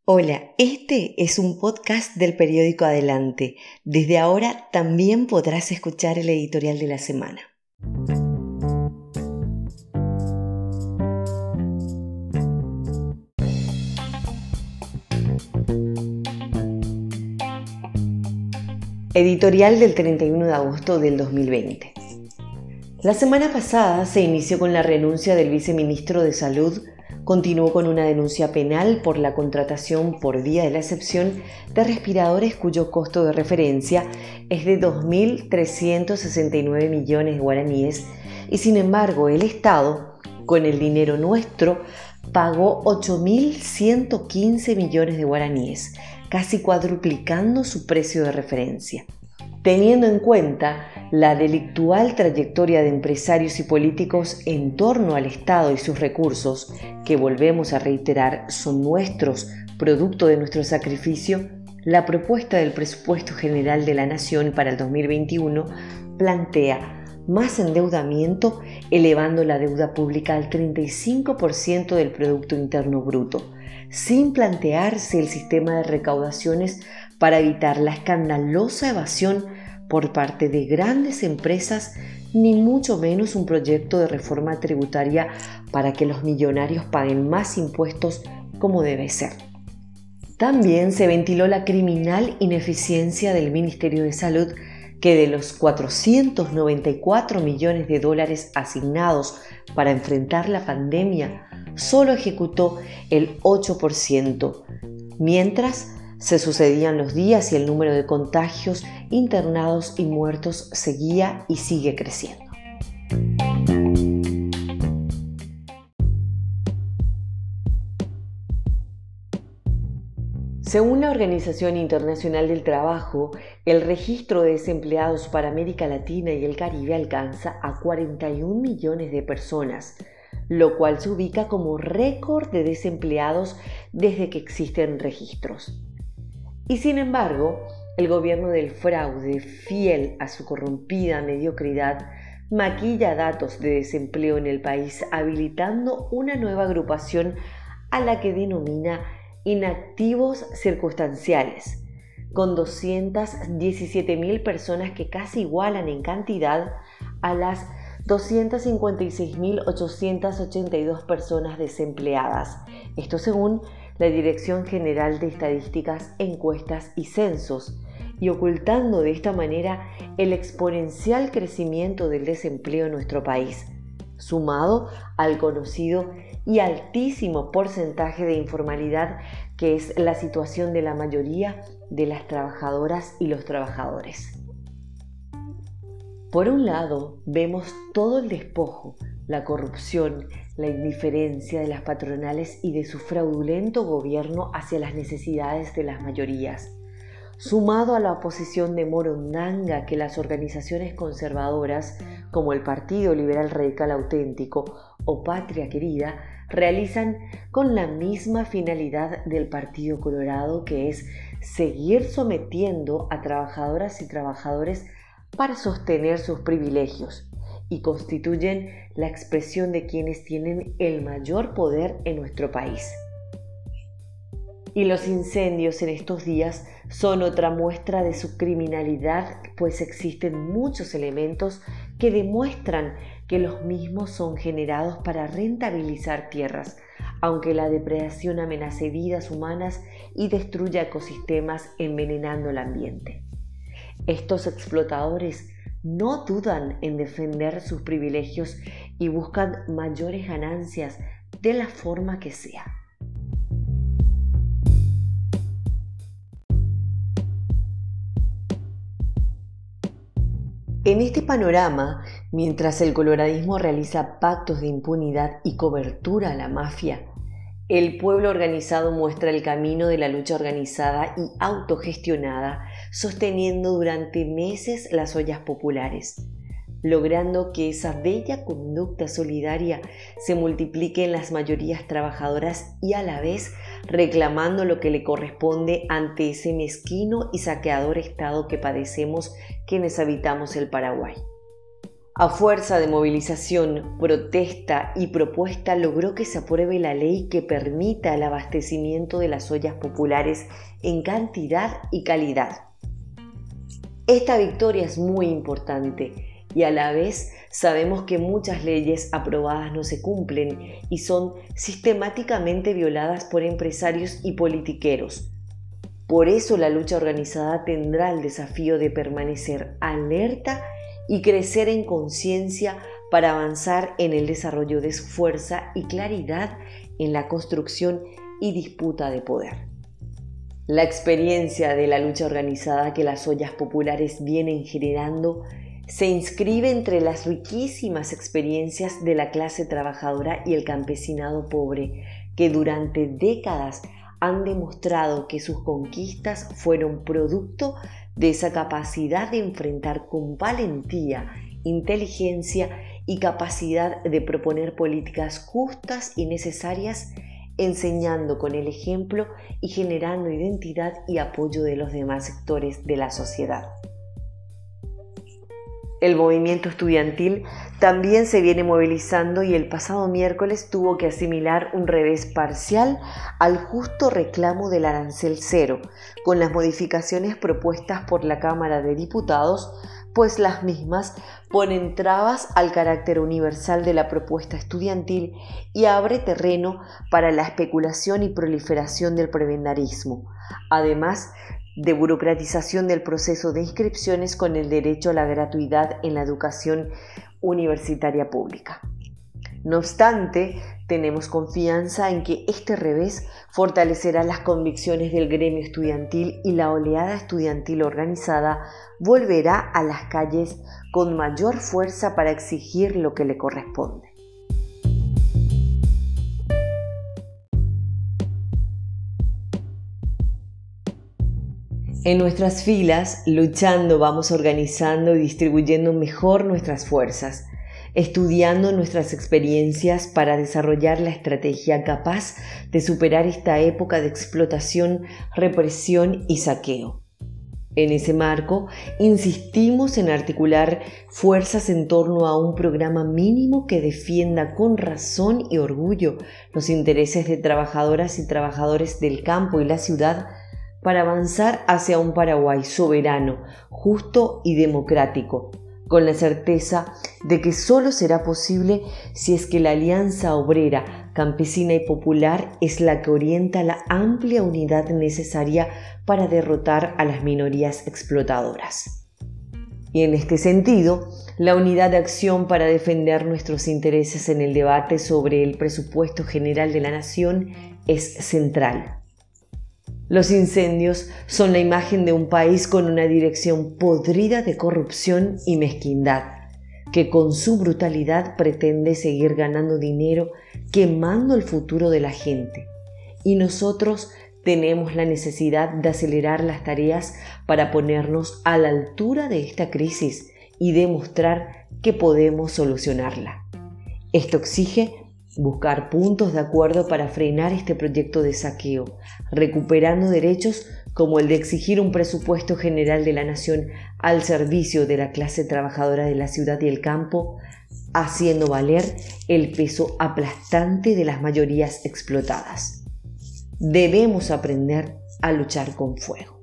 Hola, este es un podcast del periódico Adelante. Desde ahora también podrás escuchar el editorial de la semana. Editorial del 31 de agosto del 2020. La semana pasada se inició con la renuncia del viceministro de Salud. Continuó con una denuncia penal por la contratación por vía de la excepción de respiradores cuyo costo de referencia es de 2.369 millones de guaraníes y sin embargo el Estado, con el dinero nuestro, pagó 8.115 millones de guaraníes, casi cuadruplicando su precio de referencia. Teniendo en cuenta la delictual trayectoria de empresarios y políticos en torno al Estado y sus recursos, que volvemos a reiterar son nuestros, producto de nuestro sacrificio, la propuesta del Presupuesto General de la Nación para el 2021 plantea más endeudamiento, elevando la deuda pública al 35% del Producto Interno Bruto, sin plantearse el sistema de recaudaciones para evitar la escandalosa evasión por parte de grandes empresas, ni mucho menos un proyecto de reforma tributaria para que los millonarios paguen más impuestos como debe ser. También se ventiló la criminal ineficiencia del Ministerio de Salud, que de los 494 millones de dólares asignados para enfrentar la pandemia, solo ejecutó el 8%, mientras se sucedían los días y el número de contagios, internados y muertos seguía y sigue creciendo. Según la Organización Internacional del Trabajo, el registro de desempleados para América Latina y el Caribe alcanza a 41 millones de personas, lo cual se ubica como récord de desempleados desde que existen registros. Y sin embargo, el gobierno del fraude, fiel a su corrompida mediocridad, maquilla datos de desempleo en el país, habilitando una nueva agrupación a la que denomina inactivos circunstanciales, con 217.000 personas que casi igualan en cantidad a las 256.882 personas desempleadas. Esto según la Dirección General de Estadísticas, Encuestas y Censos, y ocultando de esta manera el exponencial crecimiento del desempleo en nuestro país, sumado al conocido y altísimo porcentaje de informalidad que es la situación de la mayoría de las trabajadoras y los trabajadores. Por un lado, vemos todo el despojo, la corrupción, la indiferencia de las patronales y de su fraudulento gobierno hacia las necesidades de las mayorías, sumado a la oposición de morondanga que las organizaciones conservadoras, como el Partido Liberal Radical Auténtico o Patria Querida, realizan con la misma finalidad del Partido Colorado, que es seguir sometiendo a trabajadoras y trabajadores para sostener sus privilegios, y constituyen la expresión de quienes tienen el mayor poder en nuestro país. Y los incendios en estos días son otra muestra de su criminalidad, pues existen muchos elementos que demuestran que los mismos son generados para rentabilizar tierras, aunque la depredación amenace vidas humanas y destruya ecosistemas envenenando el ambiente. Estos explotadores no dudan en defender sus privilegios y buscan mayores ganancias de la forma que sea. En este panorama, mientras el coloradismo realiza pactos de impunidad y cobertura a la mafia, el pueblo organizado muestra el camino de la lucha organizada y autogestionada, sosteniendo durante meses las ollas populares, logrando que esa bella conducta solidaria se multiplique en las mayorías trabajadoras y a la vez reclamando lo que le corresponde ante ese mezquino y saqueador estado que padecemos quienes habitamos el Paraguay. A fuerza de movilización, protesta y propuesta logró que se apruebe la ley que permita el abastecimiento de las ollas populares en cantidad y calidad. Esta victoria es muy importante y a la vez sabemos que muchas leyes aprobadas no se cumplen y son sistemáticamente violadas por empresarios y politiqueros. Por eso la lucha organizada tendrá el desafío de permanecer alerta y crecer en conciencia para avanzar en el desarrollo de fuerza y claridad en la construcción y disputa de poder. La experiencia de la lucha organizada que las ollas populares vienen generando se inscribe entre las riquísimas experiencias de la clase trabajadora y el campesinado pobre, que durante décadas han demostrado que sus conquistas fueron producto de esa capacidad de enfrentar con valentía, inteligencia y capacidad de proponer políticas justas y necesarias, enseñando con el ejemplo y generando identidad y apoyo de los demás sectores de la sociedad. El movimiento estudiantil también se viene movilizando y el pasado miércoles tuvo que asimilar un revés parcial al justo reclamo del arancel cero, con las modificaciones propuestas por la Cámara de Diputados, pues las mismas ponen trabas al carácter universal de la propuesta estudiantil y abre terreno para la especulación y proliferación del prebendarismo, además de burocratización del proceso de inscripciones con el derecho a la gratuidad en la educación universitaria pública. No obstante, tenemos confianza en que este revés fortalecerá las convicciones del gremio estudiantil y la oleada estudiantil organizada volverá a las calles con mayor fuerza para exigir lo que le corresponde. En nuestras filas, luchando, vamos organizando y distribuyendo mejor nuestras fuerzas, estudiando nuestras experiencias para desarrollar la estrategia capaz de superar esta época de explotación, represión y saqueo. En ese marco, insistimos en articular fuerzas en torno a un programa mínimo que defienda con razón y orgullo los intereses de trabajadoras y trabajadores del campo y la ciudad, para avanzar hacia un Paraguay soberano, justo y democrático, con la certeza de que solo será posible si es que la alianza obrera, campesina y popular es la que orienta la amplia unidad necesaria para derrotar a las minorías explotadoras. Y en este sentido, la unidad de acción para defender nuestros intereses en el debate sobre el presupuesto general de la nación es central. Los incendios son la imagen de un país con una dirección podrida de corrupción y mezquindad, que con su brutalidad pretende seguir ganando dinero quemando el futuro de la gente. Y nosotros tenemos la necesidad de acelerar las tareas para ponernos a la altura de esta crisis y demostrar que podemos solucionarla. Esto exige buscar puntos de acuerdo para frenar este proyecto de saqueo, recuperando derechos como el de exigir un presupuesto general de la nación al servicio de la clase trabajadora de la ciudad y el campo, haciendo valer el peso aplastante de las mayorías explotadas. Debemos aprender a luchar con fuego.